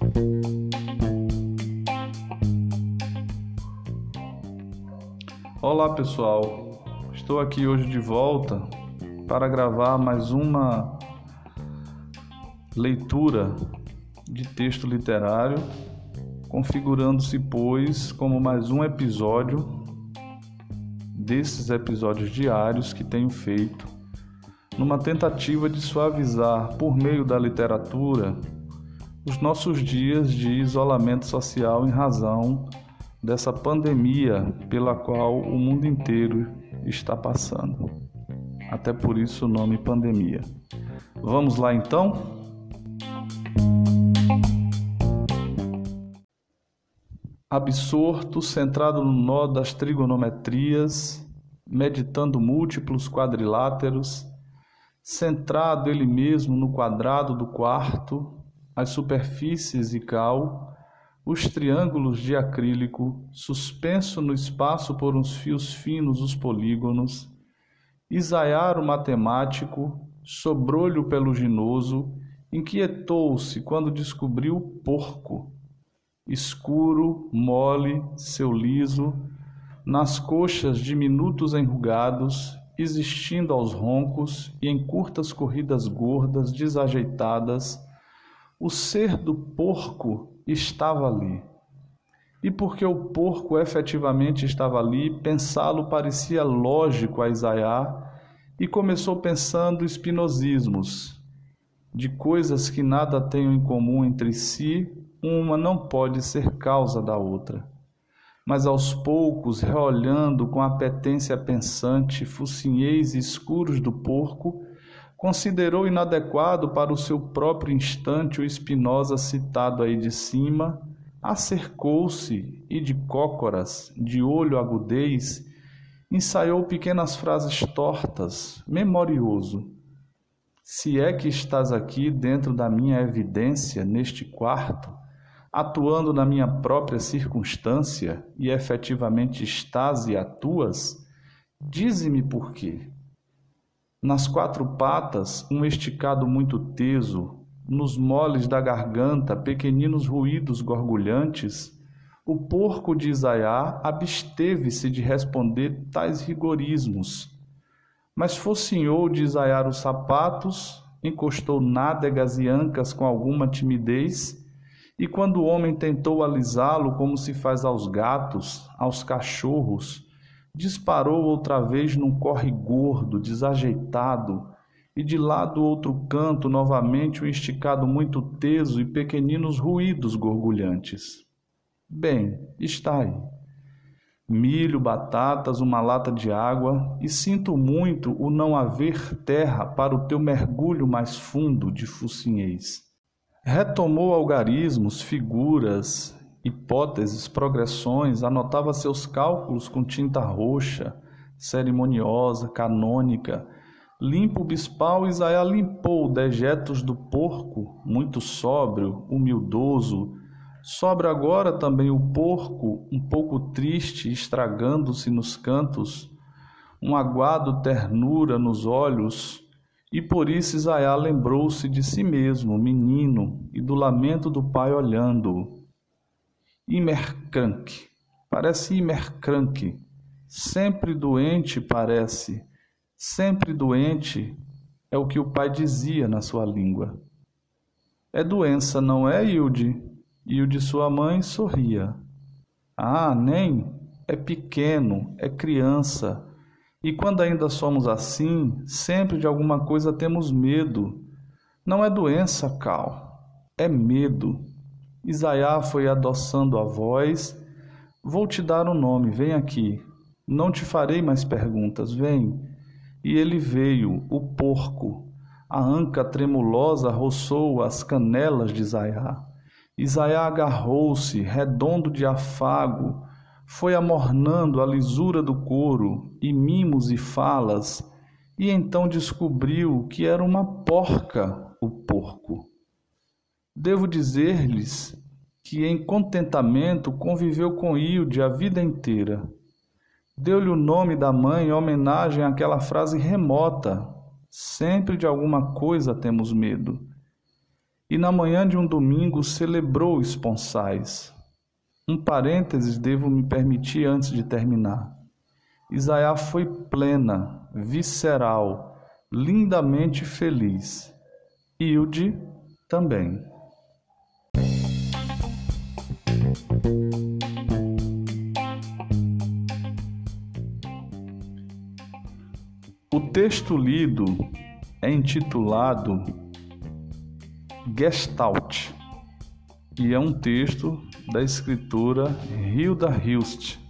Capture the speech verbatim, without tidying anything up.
Olá pessoal, estou aqui hoje de volta para gravar mais uma leitura de texto literário, configurando-se, pois, como mais um episódio desses episódios diários que tenho feito, numa tentativa de suavizar, por meio da literatura, os nossos dias de isolamento social em razão dessa pandemia pela qual o mundo inteiro está passando. Até por isso o nome pandemia. Vamos lá então? Absorto, centrado no nó das trigonometrias, meditando múltiplos quadriláteros, centrado ele mesmo no quadrado do quarto, as superfícies e cal, os triângulos de acrílico, suspenso no espaço por uns fios finos os polígonos, Isaiar o matemático, sobrolho peluginoso, inquietou-se quando descobriu o porco, escuro, mole, seu liso, nas coxas diminutos enrugados, existindo aos roncos e em curtas corridas gordas, desajeitadas, o ser do porco estava ali. E porque o porco efetivamente estava ali, pensá-lo parecia lógico a Isaiar, e começou pensando espinosismos, de coisas que nada têm em comum entre si, uma não pode ser causa da outra. Mas aos poucos, reolhando com apetência pensante focinheis escuros do porco, considerou inadequado para o seu próprio instante o Spinoza citado aí de cima, acercou-se e de cócoras, de olho agudez, ensaiou pequenas frases tortas, memorioso. Se é que estás aqui dentro da minha evidência, neste quarto, atuando na minha própria circunstância, e efetivamente estás e atuas, dize-me por quê. Nas quatro patas, um esticado muito teso, nos moles da garganta, pequeninos ruídos gorgulhantes, o porco de Isaiar absteve-se de responder tais rigorismos, mas focinhou de Isaiar os sapatos, encostou nádegas e ancas com alguma timidez, e quando o homem tentou alisá-lo como se faz aos gatos, aos cachorros, disparou outra vez num corre gordo, desajeitado, e de lá do outro canto novamente um esticado muito teso e pequeninos ruídos gorgulhantes. Bem, está aí. Milho, batatas, uma lata de água, e sinto muito o não haver terra para o teu mergulho mais fundo de focinheis. Retomou algarismos, figuras, hipóteses, progressões, anotava seus cálculos com tinta roxa, cerimoniosa, canônica. Limpo o bispal, Isaiah limpou dejetos do porco, muito sóbrio, humildoso. Sobra agora também o porco, um pouco triste, estragando-se nos cantos, um aguado ternura nos olhos, e por isso Isaiah lembrou-se de si mesmo, menino, e do lamento do pai olhando-o. Imercrank, parece Imercrank, sempre doente parece, sempre doente é o que o pai dizia na sua língua. É doença, não é, Hilde? Hilde, sua mãe, sorria. Ah, nem, é pequeno, é criança, e quando ainda somos assim, sempre de alguma coisa temos medo. Não é doença, Cal, é medo. Isaiah foi adoçando a voz. Vou te dar um nome, vem aqui. Não te farei mais perguntas, vem. E ele veio, o porco. A anca tremulosa roçou as canelas de Isaiah. Isaiah agarrou-se, redondo de afago, foi amornando a lisura do couro, e mimos e falas, e então descobriu que era uma porca, o porco. Devo dizer-lhes que em contentamento conviveu com Hilde a vida inteira. Deu-lhe o nome da mãe em homenagem àquela frase remota: sempre de alguma coisa temos medo. e na manhã de um domingo celebrou esponsais. Um parênteses devo me permitir antes de terminar. Isaiah foi plena, visceral, lindamente feliz. Hilde também. O texto lido é intitulado Gestalt e é um texto da escritora Hilda Hilst.